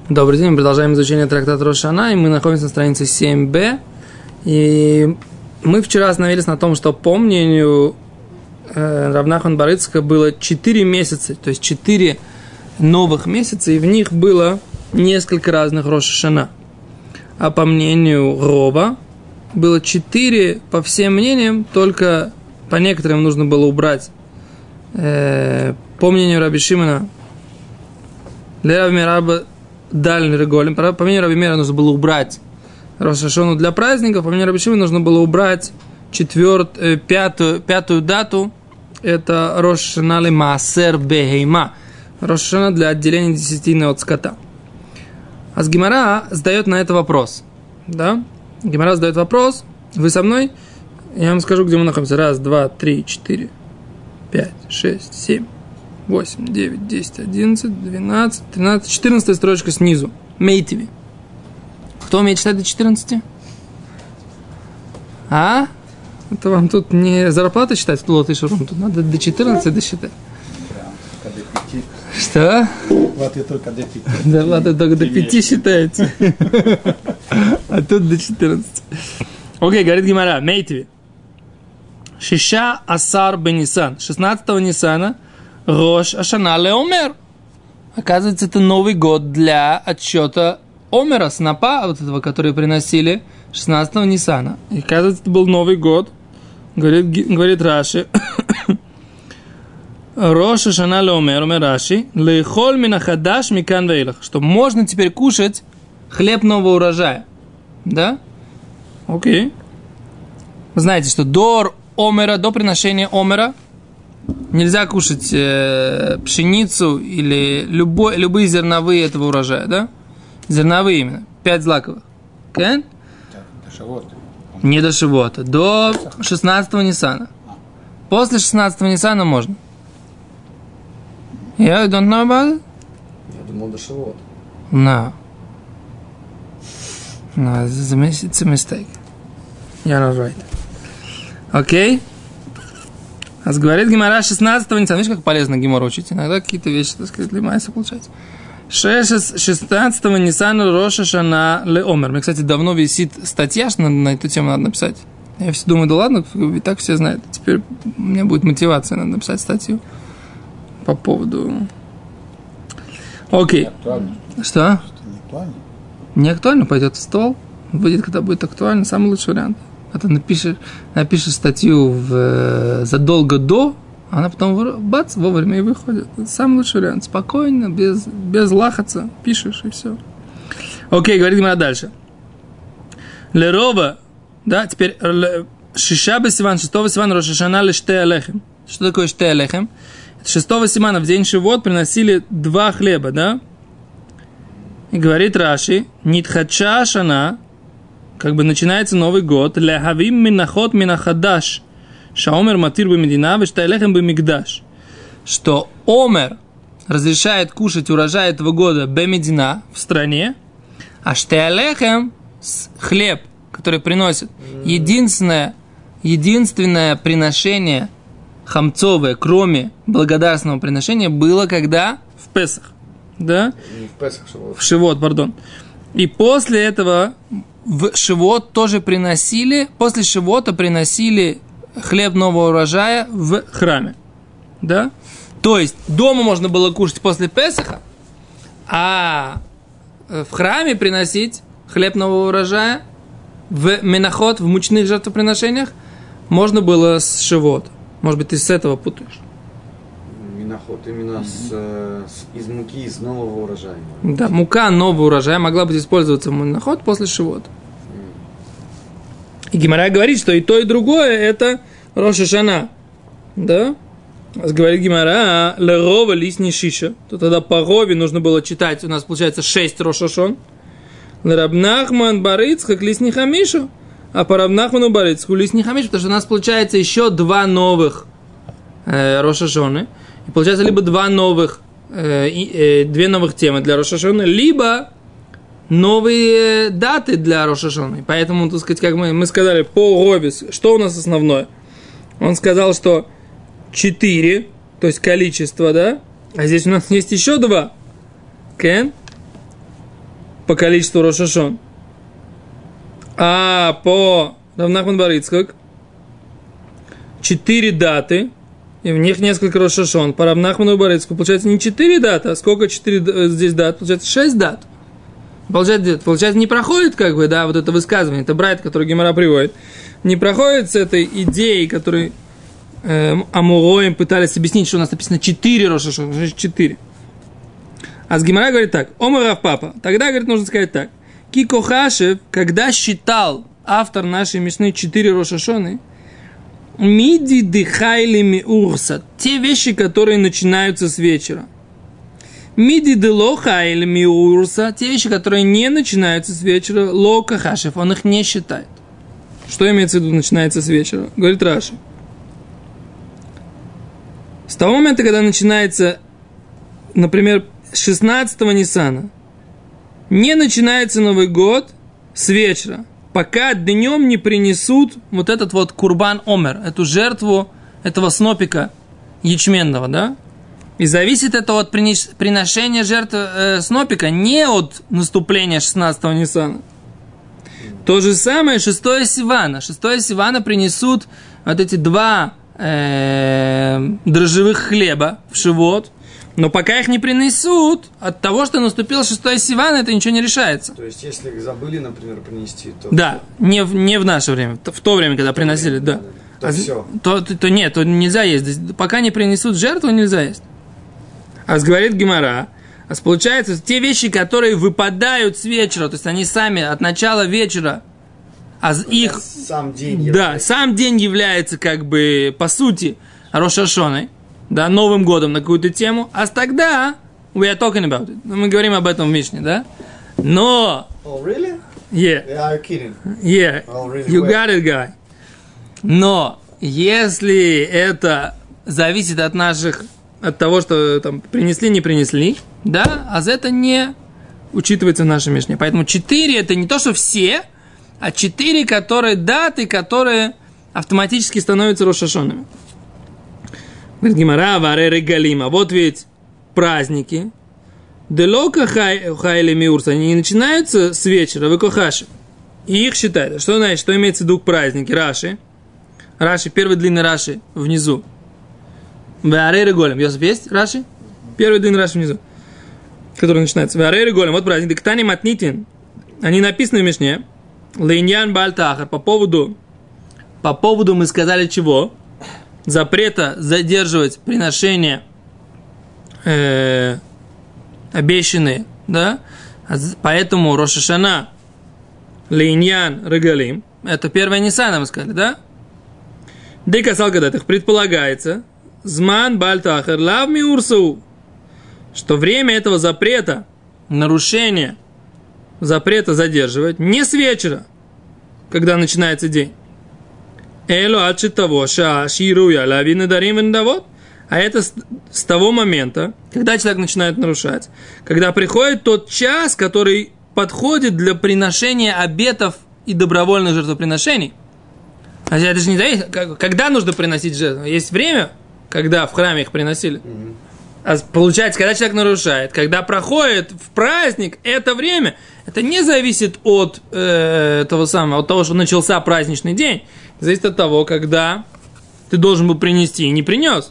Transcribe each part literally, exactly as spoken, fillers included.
Добрый день, мы продолжаем изучение трактата Рош ха-Шана, и мы находимся на странице семь бэ. И мы вчера остановились на том, что по мнению э, Рав Нахман бар Ицхака было четыре месяца, то есть четыре новых месяца, и в них было несколько разных Рош ха-Шана. А по мнению Рова было четыре, по всем мнениям, только по некоторым нужно было убрать. Э, по мнению Раби Шимона, для Раби Мираба дальний реголем. По мнению Раби Мира нужно было убрать Рош ха-Шану для праздников. По мнению Раби Шимона нужно было убрать четвертую, э, пятую, пятую дату. Это Рош ха-Шана ле Маасер бехейма. Рош ха-Шана для отделения десятины от скота. А с Гемара задает на это вопрос. Да? Гемара задает вопрос. Вы со мной? Я вам скажу, где мы находимся. Раз, два, три, четыре, пять, шесть, семь. восемь, девять, десять, одиннадцать, двенадцать, тринадцать, четырнадцатая строчка снизу. Мейтиви. Кто умеет читать до четырнадцати? А? Это вам тут не зарплата считать в Лот и Шурум, тут надо до четырнадцати досчитать. Что? Платы только до пяти. Да, платы только до пяти считается. А тут до четырнадцати. Окей, говорит Гемара. Мейтиви. Шиша асар бен Нисан. шестнадцатого Нисана. Рош ха-Шана ле Омер. Оказывается, это Новый год для отсчета Омера, снопа, вот этого, который приносили шестнадцатого Нисана. И оказывается, это был Новый год. Говорит, говорит Раши. Рош ха-Шана ле Омер, Омер Раши, лейхоль мин ха-хадаш микан вейлах. Что можно теперь кушать хлеб нового урожая. Да? Окей. Вы знаете, что до Омера, до приношения Омера нельзя кушать э, пшеницу или любой, любые зерновые этого урожая, да? Зерновые именно. Пять злаковых. Okay? До Шавуота. Не до Шавуота. До шестнадцатого Нисана. После шестнадцатого Нисана можно. Yeah, you don't know about it? Я думал до Шавуота. No. No, it's a mistake. You're not right. Окей? Okay? А говорит Гемара шестнадцатого Нисана. Видишь, как полезно Гемару учить? Иногда какие-то вещи, так сказать, лимайся получается. шестнадцатого Нисана Рош ха-Шана ле Омер. Мне, кстати, давно висит статья, что на, на эту тему надо написать. Я все думаю, да ладно, и так все знают. Теперь у меня будет мотивация, надо написать статью по поводу... Окей. Актуально. Что? Что не актуально? Не актуально, пойдет в стол. Выйдет, когда будет актуально. Самый лучший вариант. А ты напишешь, напишешь статью в, задолго до, а она потом бац, вовремя и выходит. Это самый лучший вариант. Спокойно, без, без лахаться, пишешь и все. Окей, говорит Гемара дальше. Лерова, да, теперь шиша бесиван, шестого сивана Рош ха-Шана ле штей алехем. Что такое штей алехем? Шестого сивана в день Шивот приносили два хлеба, да? И говорит Раши, нитхача шана, как бы начинается Новый год, ляхавим минахот минахадаш, шаомер матир бы медина, вештайлехем бы мигдаш, что Омер разрешает кушать урожай этого года бемедина в стране, а штайлехем хлеб, который приносит единственное, единственное приношение хамцовое, кроме благодарственного приношения, было когда? В Песах. Да? Не в Песах, Шавуот. В Шивот, пардон. И после этого в Шивот тоже приносили, после Шивота приносили хлеб нового урожая в храме. Да? То есть дома можно было кушать после Песаха, а в храме приносить хлеб нового урожая в менахот, в мучных жертвоприношениях можно было с Шивота. Может быть, ты с этого путаешь. Миноход именно с, с, из муки, из нового урожая. Да, мука нового урожая могла быть использоваться в миноход после Шивота. И Гемара говорит, что и то, и другое это Рош ха-Шана. Да? Говорит Гемара, лерова лисни шиша. То тогда по рове нужно было читать, у нас получается шесть Рош ха-Шон. Рав Нахман бар Ицхак лисни хамишу. А по Рав Нахману бар Ицхаку лисни хамишу, потому что у нас получается еще два новых э, Рош ха-Шоны. И получается либо два новых, э, э, две новых темы для Рош ха-Шона, либо новые даты для Рош ха-Шона. Поэтому, так сказать, как мы, мы сказали, по Ровис, что у нас основное? Он сказал, что четыре, то есть количество, да? А здесь у нас есть еще два. Кен? по количеству Рош ха-Шашон. А по Рав Нахман бар Ицхак четыре даты, и в них несколько Рош ха-Шашон. По Рав Нахману бар Ицхаку получается не четыре даты, а сколько четыре здесь дат? Получается шесть дат. Получается, получается, не проходит, как бы, да, вот это высказывание, это брайт, который Гемара приводит, не проходит с этой идеей, которой э, Амуроим пытались объяснить, что у нас написано четыре Рош ха-Шашон, значит четыре. А с Гемара говорит так, Омар Рав Папа, тогда, говорит, нужно сказать так, Кико Хашев, когда считал автор нашей Мишны четыре Рош ха-Шашоны, Миди дыхайли миурса, те вещи, которые начинаются с вечера. Миди де лоха или миурса, те вещи, которые не начинаются с вечера, лока хашев, он их не считает. Что имеется в виду, начинается с вечера? Говорит Раши. С того момента, когда начинается, например, шестнадцатого Ниссана, не начинается Новый год с вечера, пока днем не принесут вот этот вот курбан омер, эту жертву этого снопика ячменного, да? И зависит это от приношения жертвы э, снопика, не от наступления шестнадцатого Ниссана. То же самое шестое Сивана. шестое Сивана принесут вот эти два э, дрожжевых хлеба в Шивот, но пока их не принесут, от того, что наступил шестое Сивана, это ничего не решается. То есть, если их забыли, например, принести, то... Да, не в, не в наше время, в то время, когда приносили, да. То а, все. То, то, то нет, то нельзя есть. Пока не принесут жертву, нельзя есть. А говорит Гемара, а получается, те вещи, которые выпадают с вечера, то есть они сами от начала вечера, а их... Сам день да, является. сам день является, как бы, по сути, Рош ха-Шашоной, да, Новым годом на какую-то тему, а тогда we are talking about it. Мы говорим об этом в Мишне, да? Но... Oh, really? Yeah. Yeah, are you kidding? Yeah. Oh, really? You Well. got it, guy. Но если это зависит от наших, от того, что там принесли, не принесли, да, а за это не учитывается в нашей Мишне. Поэтому четыре это не то, что все, а четыре, которые даты, которые автоматически становятся Рош ха-Шашонами. Говорит Гемара, варе регалима. Вот ведь праздники. Делока хайли миурс, они не начинаются с вечера, выкохаши. И их считают. Что значит, что имеется в виду к празднике? Раши. Раши, первый длинный Раши внизу. Варе реголем. Йосиф есть Раши? Первый длинный Раши внизу. Который начинается. Варе реголем. Вот праздник. Дектани матнитин. Они написаны в Мишне. Лейньян бальтахар. По поводу, по поводу мы сказали чего? Запрета задерживать приношение э, обещанные, да? Поэтому Рош ха-Шана лейньян регалим. Это первое Ниссана, мы сказали, да? Дейка салгадатых предполагается зман бальтахар лав миурсу, что время этого запрета, нарушения запрета задерживать не с вечера, когда начинается день. Элу ачи того, ша шируя лавины дарим вендавот. А это с, с того момента, когда человек начинает нарушать, когда приходит тот час, который подходит для приношения обетов и добровольных жертвоприношений. А это же не зависит, когда нужно приносить жертву. Есть время, когда в храме их приносили. Mm-hmm. А получается, когда человек нарушает, когда проходит в праздник это время, это не зависит от э, того самого, от того, что начался праздничный день. Зависит от того, когда ты должен был принести и не принес.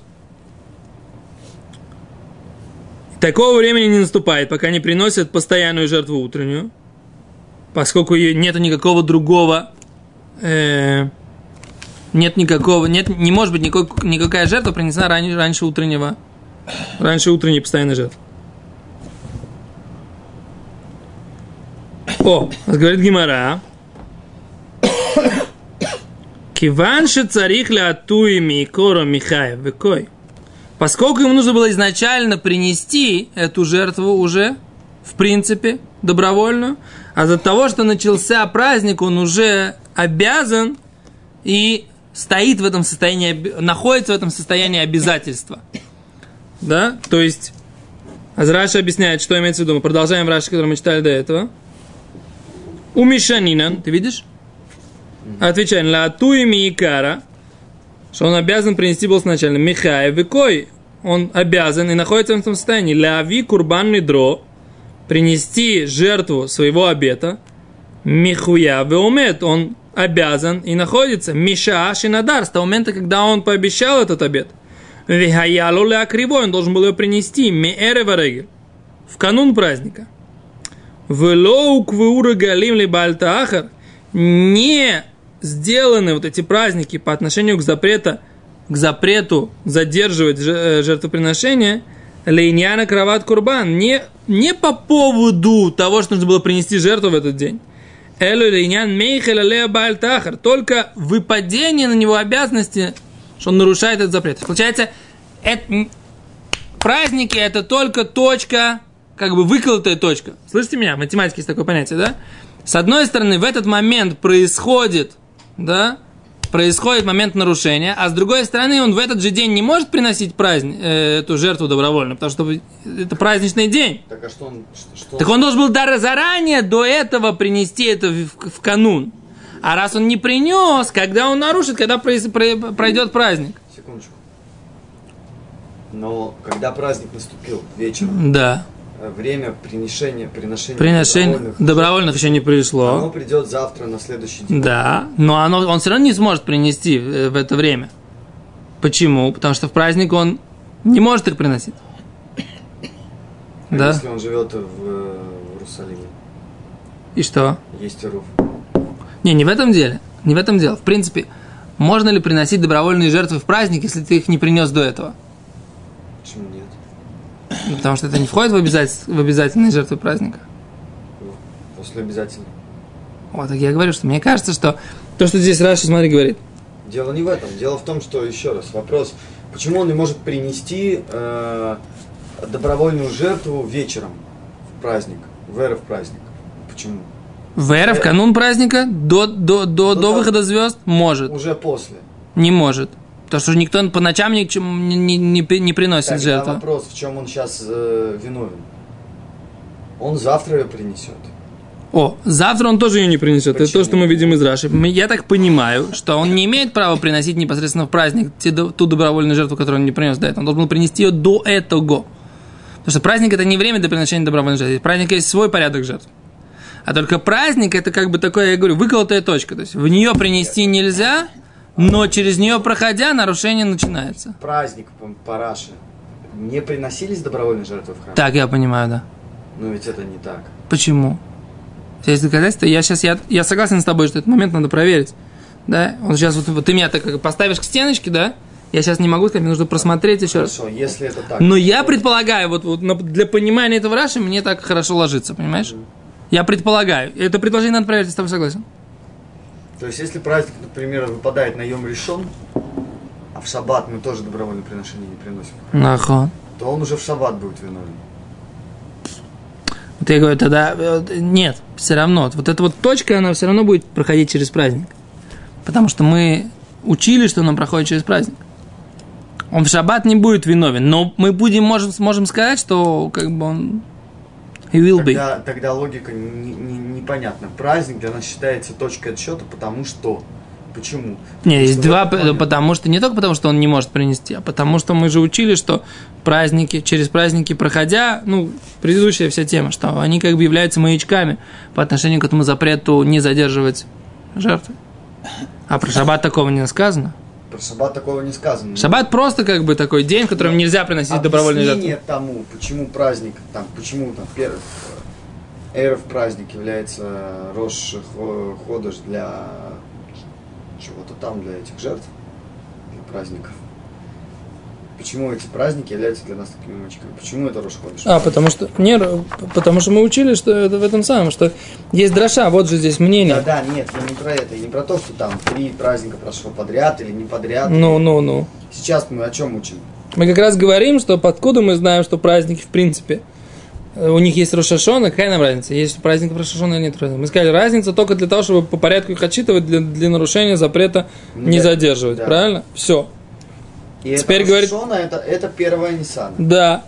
Такого времени не наступает, пока не приносят постоянную жертву утреннюю, поскольку нет никакого другого, э, нет никакого, нет, не может быть никакой, никакая жертва принесена раньше, раньше утреннего, раньше утренней постоянной жертвы. О, говорит Гемара. Киванши царих ля атуими коро михаев векой. Поскольку ему нужно было изначально принести эту жертву уже, в принципе, добровольную, а за того, что начался праздник, он уже обязан и стоит в этом состоянии, находится в этом состоянии обязательства. Да? То есть, Раши объясняет, что имеется в виду. Мы продолжаем Раши, который мы читали до этого. У Мишанина, ты видишь? Отвечаем, ла туими икара, что он обязан принести был сначала Михаев и Кой. Он обязан и находится в этом состоянии. Ляви курбан недро, принести жертву своего обета, михуя веумет, он обязан и находится, миша шинадар, с того момента, когда он пообещал этот обет. Вихаялу ля кривой, он должен был ее принести, меэре варегель, в канун праздника. Велоу квеура галим ли бальтаахар, не сделаны вот эти праздники по отношению к запрету, к запрету задерживать жертвоприношение, лейняна кроват курбан, не, не по поводу того, что нужно было принести жертву в этот день. Элю лейнян мейхеля лея бальтахар, только выпадение на него обязанности, что он нарушает этот запрет. Получается, это, праздники это только точка, как бы выколотая точка. Слышите меня? В математике есть такое понятие, да? С одной стороны, в этот момент происходит, да, происходит момент нарушения, а с другой стороны, он в этот же день не может приносить праздник, э, эту жертву добровольно, потому что это праздничный день. Так а что он... Что, что так он должен был даже заранее до этого принести это в, в, в канун. А раз он не принес, когда он нарушит, когда пройдет праздник? Секундочку. Но когда праздник наступил вечером, да. время приношения, приношения Приношение добровольных, добровольных еще не пришло. Оно придет завтра на следующий день. Да, но оно, он все равно не сможет принести в, в это время. Почему? Потому что в праздник он не может их приносить. А да? Если он живет в, в Иерусалиме? И что? Есть Ируф. Не, не в этом деле. Не в этом дело. В принципе, можно ли приносить добровольные жертвы в праздник, если ты их не принес до этого? Почему нет? Потому что это не входит в, обязатель, в обязательные жертвы праздника. После обязательно. Вот, так я говорю, что мне кажется, что то, что здесь Раши, смотри, говорит. Дело не в этом. Дело в том, что, еще раз, вопрос, почему он не может принести э, добровольную жертву вечером в праздник, в эрев праздник? Почему? В эрев, в канун праздника, до, до, до, до, до выхода звезд может. Уже после. Не может. Потому что никто по ночам ни, не, не, не, не приносит так, жертву. Вопрос, в чем он сейчас э, виновен? Он завтра ее принесет. О, завтра он тоже ее не принесет. Почему? Это то, что мы видим из Раши. Я так понимаю, что он не имеет права приносить непосредственно в праздник ту добровольную жертву, которую он не принес до этого. Он должен был принести ее до этого. Потому что праздник – это не время для приношения добровольной жертвы. Праздник есть свой порядок жертв. А только праздник – это как бы такое, я говорю, выколотая точка. То есть в нее принести нельзя, но через нее проходя, нарушение начинается. Праздник по Раши. Не приносились добровольные жертвы в храм? Так, я понимаю, да. Но ведь это не так. Почему? Есть доказательства. Я сейчас, я, я согласен с тобой, что этот момент надо проверить. Да? Он сейчас, вот, вот ты меня так поставишь к стеночке, да? Я сейчас не могу сказать, мне нужно просмотреть еще раз. Хорошо, если это так. Но я предполагаю, вот, вот для понимания этого Раши мне так хорошо ложится, понимаешь? Mm-hmm. Я предполагаю. Это предложение надо проверить, я с тобой согласен. То есть, если праздник, например, выпадает на Йом Ришон, а в шаббат мы тоже добровольное приношение не приносим, Нахон. то он уже в шаббат будет виновен. Вот я говорю, тогда нет, все равно. Вот эта вот точка, она все равно будет проходить через праздник. Потому что мы учили, что она проходит через праздник. Он в шаббат не будет виновен, но мы будем, можем, можем сказать, что как бы он he will тогда, be. Тогда логика не, не, непонятна. Праздник для нас считается точкой отсчета, потому что... Почему? Нет, есть два, потому что не только потому, что он не может принести, а потому что мы же учили, что праздники, через праздники проходя, ну, предыдущая вся тема, что они как бы являются маячками по отношению к этому запрету не задерживать жертвы. А про шаббат такого не сказано. Про шаббат такого не сказано. Шаббат просто как бы такой день, в котором нельзя приносить добровольные жертвы. Объяснение тому, почему праздник, там, почему там первый эрев праздник является Рош Ходеш для чего-то там, для этих жертв, для праздников. Почему эти праздники являются для нас такими мальчиками? Почему это Рош Ходеш? А, потому что, не, потому что мы учили, что это в этом самом, что есть дроша, вот же здесь мнение. Да, да, нет, я не про это, я не про то, что там три праздника прошло подряд или не подряд. Ну, ну, ну. Сейчас мы о чем учим? Мы как раз говорим, что подкуда мы знаем, что праздники в принципе, у них есть Рош ха-Шана, какая нам разница, есть праздник Рош ха-Шана или нет праздника? Мы сказали, разница только для того, чтобы по порядку их отчитывать, для, для нарушения запрета не да, задерживать, да. Правильно? Все. И теперь это говорит... Рош ха-Шана, это, это первая Ниссана. Да.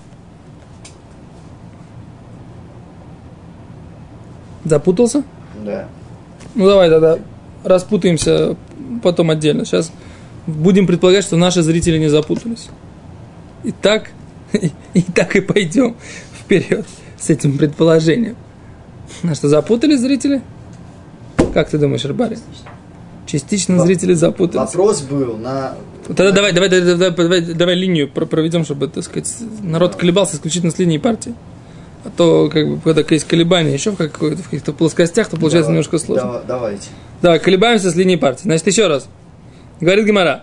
Запутался? Да. Ну давай тогда распутаемся потом отдельно. Сейчас будем предполагать, что наши зрители не запутались. И так, и, и так и пойдем. вперед с этим предположением. А что, запутали зрители? Как ты думаешь, Рыбари? Частично зрители запутались. Вопрос был на... Тогда давай, давай, давай, давай, давай, давай линию проведем, чтобы, так сказать, народ колебался исключительно с линией партии. А то, как бы, когда есть колебания еще в, какой-то, в каких-то плоскостях, то получается давай, немножко сложно. Давай, давайте. Давай, колебаемся с линией партии. Значит, еще раз. Говорит Гемара.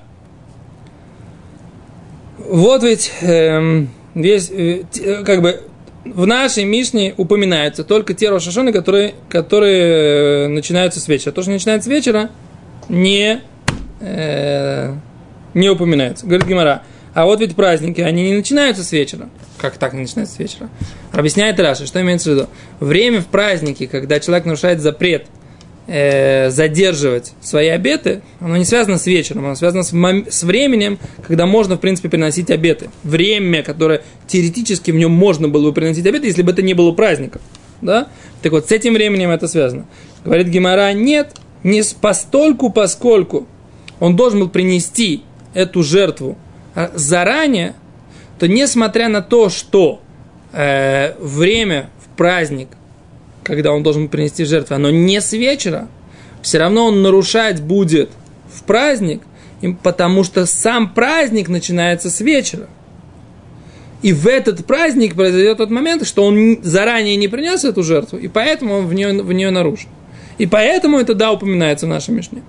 Вот ведь эм, весь, э, как бы, в нашей Мишне упоминаются только те Рош ха-Шана, которые, которые начинаются с вечера. То, что начинается с вечера, не, э, не упоминается. Говорит Гемара. А вот ведь праздники, они не начинаются с вечера. Как так не начинаются с вечера? Объясняет Раши, что имеется в виду. Время в празднике, когда человек нарушает запрет э, задерживать свои обеты, оно не связано с вечером, оно связано с, мом- с временем, когда можно, в принципе, приносить обеты. Время, которое теоретически в нем можно было бы приносить обеты, если бы это не было праздником. Да? Так вот, с этим временем это связано. Говорит Гемара, нет, не постольку, поскольку он должен был принести эту жертву заранее, то несмотря на то, что э, время в праздник, когда он должен принести жертву, оно не с вечера, все равно он нарушать будет в праздник, потому что сам праздник начинается с вечера. И в этот праздник произойдет тот момент, что он заранее не принес эту жертву, и поэтому он в нее, в нее нарушен. И поэтому это, да, упоминается в нашей Мишне.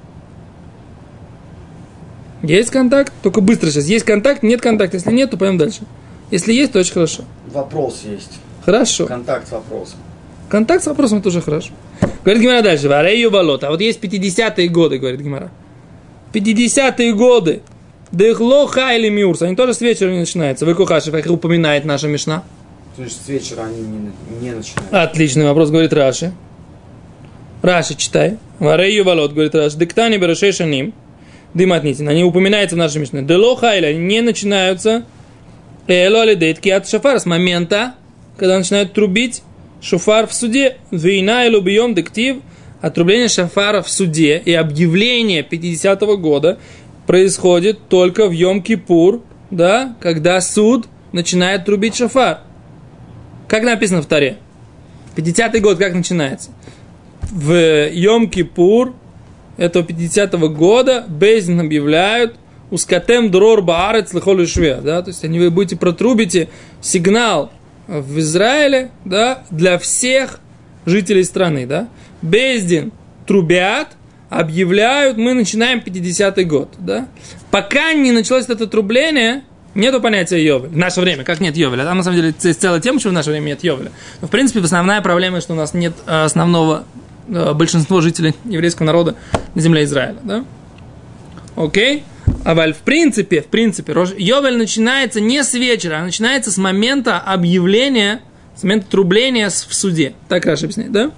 Есть контакт, только быстро сейчас. Есть контакт, нет контакта. Если нет, то пойдем дальше. Если есть, то очень хорошо. Вопрос есть. Хорошо. Контакт с вопросом. Контакт с вопросом тоже хорошо. Говорит Гемара дальше. Варейю болото. А вот есть пятидесятые годы, говорит Гемара. пятидесятые годы. Дехло хайли миурс. Они тоже с вечера не начинаются. Выкухашев, как упоминает наша Мишна. То есть с вечера они не, не начинают. Отличный вопрос, говорит Раши. Раши, читай. Варейю болот, говорит Раши. Диктани берешей шаним. Дыматнитин. Они упоминаются в нашей Мишне. Дело хайля. Они не начинаются эло алидейтки от шофар. С момента, когда начинают трубить шофар в суде. Вейна и лубием дектив. Отрубление шофара в суде и объявление пятидесятого года происходит только в Йом-Кипур, да, когда суд начинает трубить шофар. Как написано в Торе? пятидесятый год как начинается? В Йом-Кипур этого пятидесятого года Бейзин объявляют «Ускатем дрор баарец лехол ишве», да, то есть они, вы будете протрубите сигнал в Израиле, да, для всех жителей страны, да. Бейздин трубят, объявляют, мы начинаем пятидесятый год, да. Пока не началось это трубление, нету понятия Йовель. В наше время, как нет Йовеля? Там, на самом деле, есть целая тема, почему в наше время нет Йовеля. Но, в принципе, основная проблема, что у нас нет основного большинства жителей еврейского народа на земле Израиля, да. Окей? А в принципе, в принципе, Йовель начинается не с вечера, а начинается с момента объявления, с момента трубления в суде. Так Раши объясняет, да?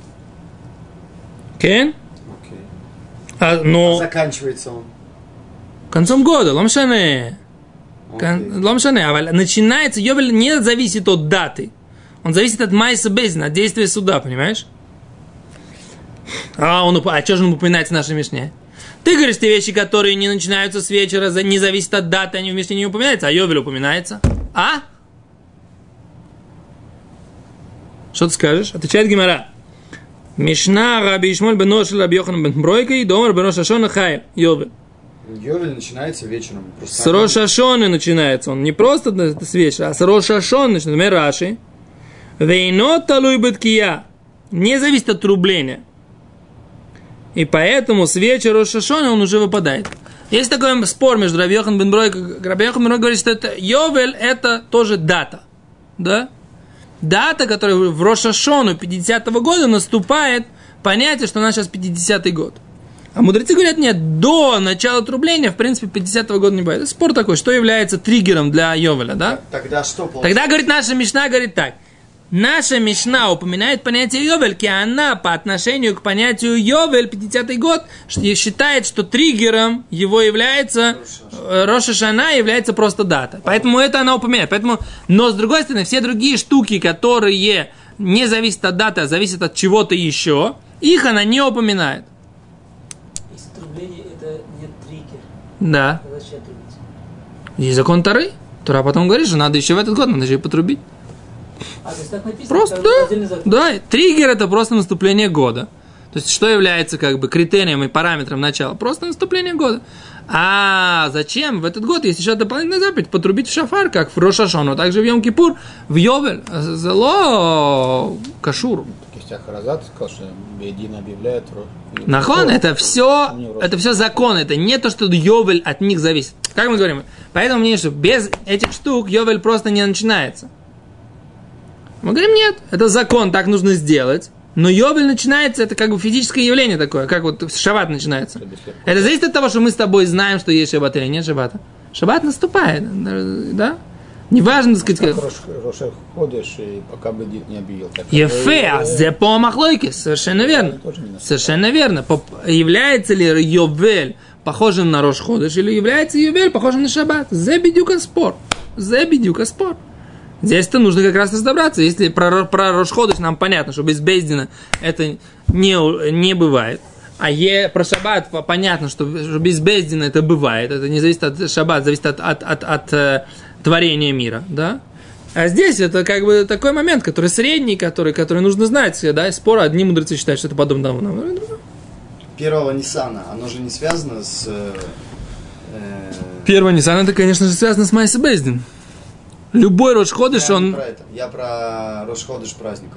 Окей? Okay? А, но... а заканчивается он? Концом года, ломшане. Okay. Ломшане. А начинается, Йовель не зависит от даты. Он зависит от майса бейзина, от действия суда, понимаешь? А, он, а что же он упоминает в нашей Мишне? Ты говоришь, те вещи, которые не начинаются с вечера, не зависят от даты, они в Мишне не упоминаются, а Йовель упоминается. А? Что ты скажешь? Отвечает Гемара. Мишна Раби Ишмоль бен Ошель Раби Йохан бен Бройка Домар бен Рош ха-Шана Хай. Йовель. Йовель начинается вечером. С Рош ха-Шана начинается. Он не просто с вечера, а с Рош ха-Шана начинается. Например, Раши. Вейно талуй беткия. Не зависит от трубления. И поэтому с вечера Рош ха-Шана он уже выпадает. Есть такой спор между Раби Йохан бен Бройка. Раби Йохан бен Бройка говорит, что это Йовель это тоже дата. Да? Дата, которая в Рош ха-Шану пятидесятого года наступает, понятие, что у нас сейчас пятидесятый год. А мудрецы говорят, нет, до начала трубления, в принципе, пятидесятого года не бывает. Это спор такой, что является триггером для Йовеля, да? Тогда что получается? Тогда, говорит, наша Мишна говорит так. Наша Мишна упоминает понятие Йовель, и она по отношению к понятию Йовель, пятидесятый год, считает, что триггером его является Рош ха-Шана, является просто дата. Поэтому это она упоминает. Поэтому, но с другой стороны, все другие штуки, которые не зависят от даты, а зависят от чего-то еще, их она не упоминает. Если трубление это не триггер. Да. Есть закон Торы. Тора потом говорит, что надо еще в этот год, надо еще и потрубить. А, то есть так написано, Просто, как да, отдельный закон. да, триггер это просто наступление года. То есть, что является как бы критерием и параметром начала? Просто наступление года. А зачем? В этот год есть еще дополнительная заповедь потрубить в шафар, как в Рош ха-Шана, также в Йом-Кипур, в Йовель, зело кашур. Есть Ахаразат сказал, что Бейдин объявляет. Нахон, это все, это все закон, это не то, что Йовель от них зависит. Как мы говорим? Поэтому мне, что без этих штук Йовель просто не начинается. Мы говорим, нет, это закон, так нужно сделать. Но Йовель начинается, это как бы физическое явление такое, как вот шаббат начинается. Это зависит от того, что мы с тобой знаем, что есть шаббат или нет шаббата. Шаббат наступает, да? Неважно, так сказать. Рош ходишь, и пока бы не объявил. Ефе, а зе по махлойке, совершенно верно. Совершенно верно. Является ли Йовель похожим на Рош ходиш, или является Йовель похожим на шаббат? Зе бедюка спор. Зе бедюка спор. Здесь-то нужно как раз разобраться. Если про, про Рош ходиш нам понятно, что без Бейздина это не, не бывает. А е, про шаббат понятно, что, что без Бейздина это бывает. Это не зависит от шаббат, зависит от, от, от, от э, творения мира. Да? А здесь это как бы такой момент, который средний, который, который нужно знать. Да? Спор, одни мудрецы считают, что это подобно тому. Первого Ниссана, оно же не связано с... Э, Первого Ниссана, это, конечно же, связано с Майсе Бейздин. Любой Рош ходиш, я он... Не про это. Я про Рош ходиш праздников.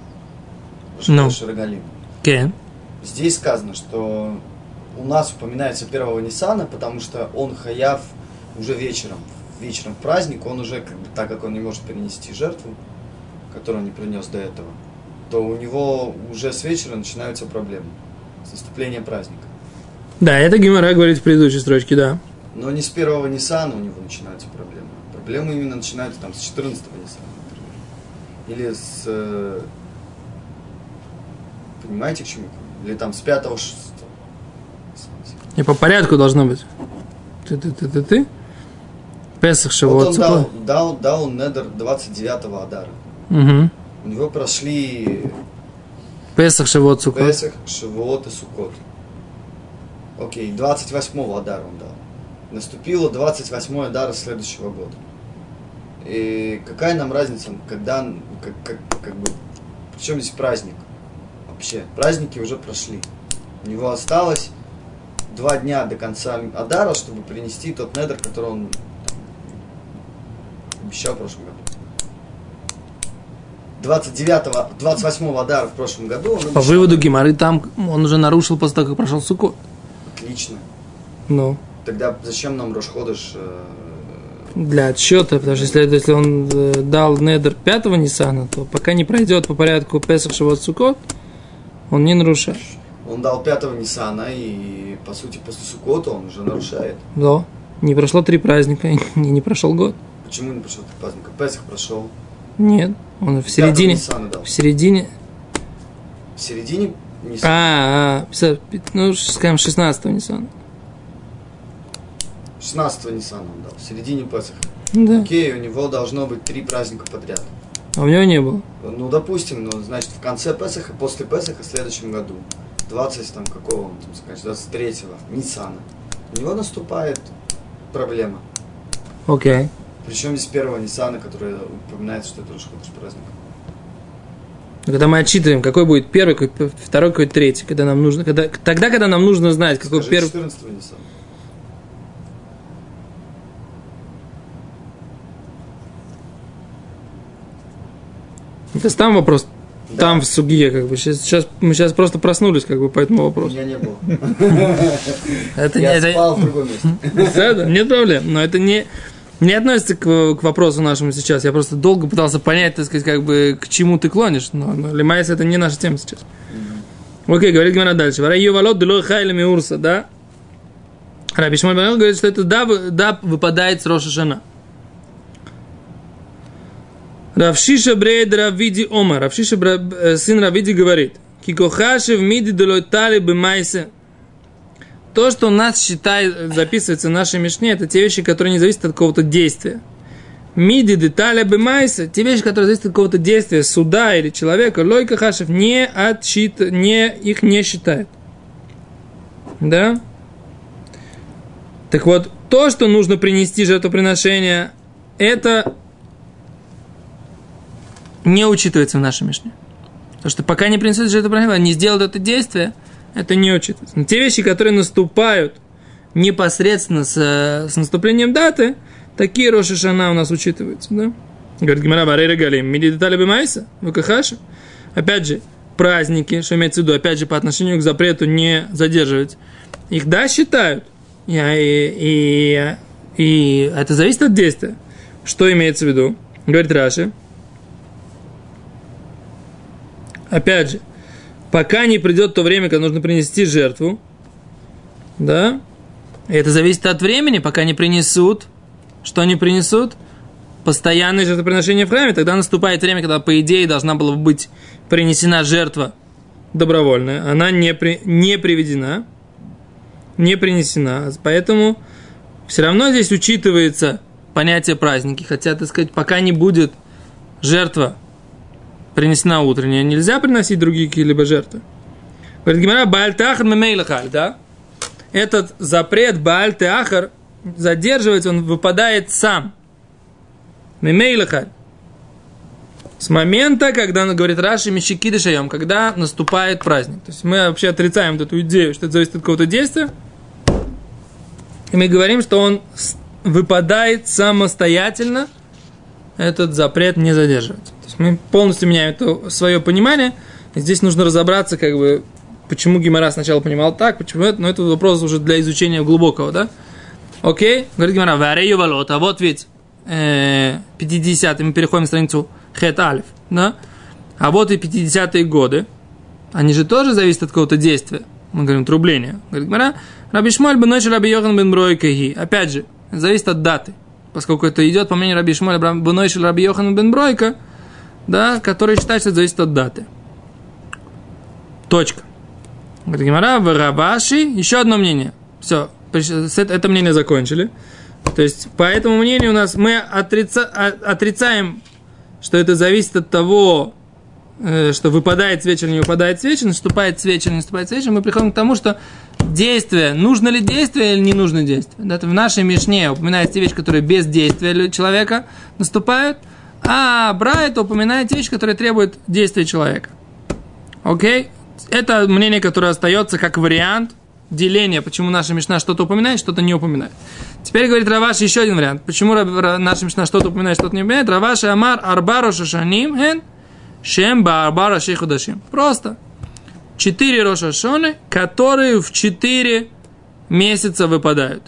Рош Ну. ходиш Регалим. Okay. Здесь сказано, что у нас упоминается первого Ниссана, потому что он хаяв уже вечером. Вечером в праздник, он уже, как бы, так как он не может перенести жертву, которую он не принес до этого, то у него уже с вечера начинаются проблемы. С наступлением праздника. Да, это Гемара говорит в предыдущей строчке, да. Но не с первого Ниссана у него начинаются проблемы. Проблемы именно начинаются там с четырнадцатого Ниссана, например. Или с... Э, понимаете, к чему? Или там с пятого, шестого. И по порядку должно быть. Ты-ты-ты-ты-ты. Песах, Шавуот, Вот он Суккот. дал, дал, дал недер двадцать девятого Адара. Угу. У него прошли Песах, Шавуот, Суккот. Песах, Шавуот и Суккот. Окей, двадцать восьмого Адара он дал. Наступило двадцать восьмое Адара следующего года. И какая нам разница, когда, как, как, как бы, в чем здесь праздник? Вообще, праздники уже прошли. У него осталось два дня до конца Адара, чтобы принести тот недер, который он там, обещал в прошлом году. двадцать девятого, двадцать восьмого Адара в прошлом году он обещал. По выводу Гемары там он уже нарушил после того, как прошел Суккот. Отлично. Ну. Тогда зачем нам Рош ходиш? Э... Для отсчета, потому что если, если он э, дал недер пятого Ниссана, то пока не пройдет по порядку Песах, Шавуот, Суккот, он не нарушает. Он дал пятого Ниссана, и по сути после Суккота он уже нарушает. Да. Не прошло три праздника, и не прошел год. Почему не прошел три праздника? Песах прошел. Нет, он в середине. Дал. В середине. В середине Ниссана. А, а, ну, скажем, шестнадцатого Ниссана. шестнадцатого Ниссана он дал, в середине Песаха. Да. Окей, у него должно быть три праздника подряд. А у него не было. Ну, допустим, ну, значит, в конце Песаха, после Песаха в следующем году, двадцать там какого, там, сказать, двадцать третьего Ниссана, у него наступает проблема. Окей. Okay. Причем здесь первого Ниссана, который упоминается, что это Рош ходиш праздник. Когда мы отчитываем, какой будет первый, какой второй, какой третий, когда нам нужно, когда, тогда, когда нам нужно знать, какой Скажи, первый. четырнадцатого Ниссана. Это там вопрос, Да. там в сугье, как бы. Сейчас, сейчас, мы сейчас просто проснулись, как бы, по этому У вопросу. меня не было. Это, Я это, спал в другом месте. Да, да, нет проблем. Но это не, не относится к, к вопросу нашему сейчас. Я просто долго пытался понять, так сказать, как бы, к чему ты клонишь. Но, но Лимайс это не наша тема сейчас. Окей, говорит Гемара дальше. Вара ее валот дело хайла миурса, да? Раби Шмуль бен Элиязар говорит, что это да, да выпадает с Рош ха-Шана. Равшиша брейд Равиди Омар. Равшиша сын Равиди говорит: Кикохашев миди делойтали бемайсе. То, что у нас считает, записывается в нашей мишне, это те вещи, которые не зависят от какого-то действия. Миди детали бемайсе, те вещи, которые зависят от какого-то действия, суда или человека, лойка хашев не отсчит, не, их не считает. Да? Так вот, то, что нужно принести жертвоприношение, это не учитывается в нашей Мишне. Потому что пока не принесут жертву, не сделают это действие, это не учитывается. Но те вещи, которые наступают непосредственно с, с наступлением даты, такие Рош ха-Шана у нас учитываются. Да? Говорит Гемара, варей регалим, миди детали бимайса, вакахаша. Опять же, праздники, что имеется в виду, опять же, по отношению к запрету не задерживать. Их, да, считают. И, и, и, и это зависит от действия. Что имеется в виду? Говорит Раши. Опять же, пока не придет то время, когда нужно принести жертву, да, и это зависит от времени, пока не принесут, что они принесут? Постоянное жертвоприношение в храме, тогда наступает время, когда, по идее, должна была быть принесена жертва добровольная, она не, при, не приведена, не принесена, поэтому все равно здесь учитывается понятие праздники, хотя, так сказать, пока не будет жертва принесена утренняя, нельзя приносить другие какие-либо жертвы. Говорит Гемара, Бааль Теахар мемейлахаль, да? Этот запрет Бааль Теахар задерживать, он выпадает сам. Мемейлахаль. С момента, когда он говорит Раши Мишикиды Шайом, когда наступает праздник. То есть мы вообще отрицаем эту идею, что это зависит от какого-то действия. И мы говорим, что он выпадает самостоятельно, этот запрет не задерживается. То есть мы полностью меняем это свое понимание. И здесь нужно разобраться, как бы, почему Гемара сначала понимал так, почему это, но это вопрос уже для изучения глубокого, да? Окей? Говорит Гемара, варею валот, а вот ведь э, пятидесятые, мы переходим на страницу Хет Алиф, да? А вот и пятидесятые годы, они же тоже зависят от какого-то действия. Мы говорим, трубление. Говорит Гемара, Раби Шмуэль бен Нойши Раби Йохан бен Бройка ги. Опять же, зависит от даты. Поскольку это идет, по мнению Раби Шмуэля бен Нойши Раби Йохан бен Бройка, да, который считает, что это зависит от даты. Точка. Говорит Гемара, в Рабаши, еще одно мнение. Все, это мнение закончили. То есть, по этому мнению у нас мы отрица, отрицаем, что это зависит от того, что выпадает с вечера, не выпадает с вечера, наступает с вечера, не наступает с вечера. Мы приходим к тому, что действие, нужно ли действие или не нужно действие. Это в нашей Мишне упоминается те вещи, которые без действия человека наступают, а Брайта упоминает те вещи, которые требуют действия человека. Окей? Это мнение, которое остается как вариант деления, почему наша Мишна что-то упоминает, что-то не упоминает. Теперь говорит Раваши еще один вариант. Почему наша Мишна что-то упоминает, что-то не упоминает? Раваши Амар Арбару Шашаним Хен Шем Ба Арбара Шейхудашим. Просто. Четыре Роша Шоны, которые в четыре месяца выпадают.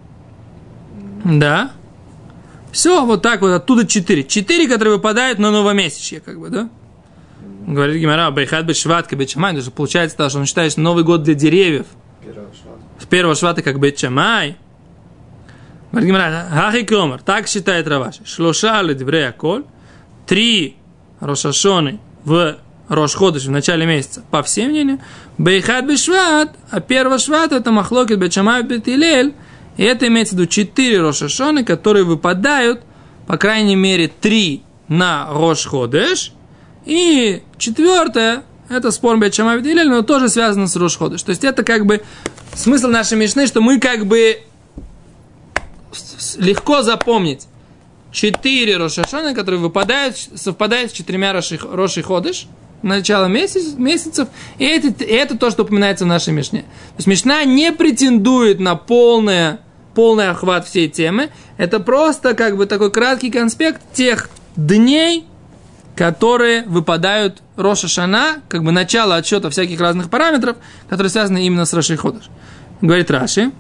Да? Все, вот так вот, оттуда четыре. Четыре, которые выпадают на новомесячье, как бы, да? Говорит Гемара, Байхат Бешват, Бет Шамай, даже получается, что он считает, что Новый год для деревьев. С первого швата, как Бет Шамай. Говорит Гемара, Хахи Кромар, так считает Раваши. Шлоша ледврея коль, три Роша Шоны в Рош Ходыш в начале месяца, по всем мнениям, Бейхат Бешват, а первого швата это Махлокет Бет Шамай Бет Илель, и это имеется в виду четыре Роша Шоны, которые выпадают, по крайней мере, три на Рош Ходыш, и четвертое, это спор Бет Шамай Бет Илель, но тоже связано с Рош Ходыш. То есть это как бы смысл нашей Мишны, что мы как бы легко запомнить четыре Рош ха-Шана, которые выпадают, совпадают с четырьмя Рош Ходыш, начало месяц, месяцев, и это, и это то, что упоминается в нашей Мишне. То есть Мишна не претендует на полное, полный охват всей темы, это просто как бы такой краткий конспект тех дней, которые выпадают Рош ха-Шана, как бы начало отсчета всяких разных параметров, которые связаны именно с Рош Ходыш. Говорит Раши.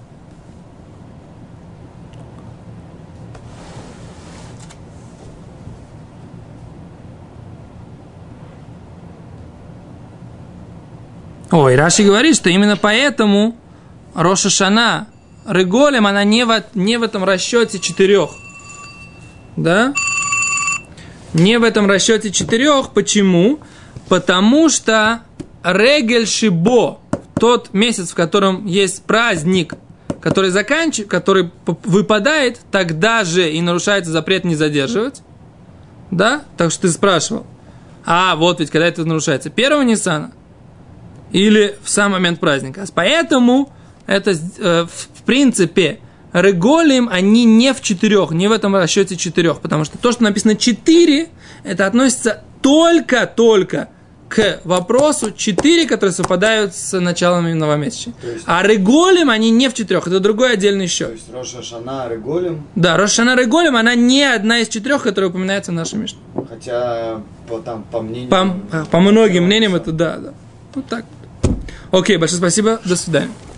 Ой, Раши говорит, что именно поэтому Рош ха-Шана Реголем, она не в, не в этом расчете четырех. Да? Не в этом расчете четырех. Почему? Потому что Регель Шибо, тот месяц, в котором есть праздник, который заканчивает, который выпадает, тогда же и нарушается запрет не задерживать. Да? Так что ты спрашивал. А, вот ведь, когда это нарушается? Первого Ниссана или в сам момент праздника. Поэтому это, э, в принципе, Реголим, они не в четырех, не в этом расчете четырех, потому что то, что написано четыре, это относится только-только к вопросу четыре, которые совпадают с началами новомесяча. есть- А Реголим, они не в четырех, это другой отдельный То счет. есть Рош Хашана, Реголим, Да, Рош Хашана Реголим, она не одна из четырех, которая упоминается в нашей Мишне. хотя по, там, по мнению... По, по многим мнениям это да, да. Вот так. Окей, большое спасибо, до свидания.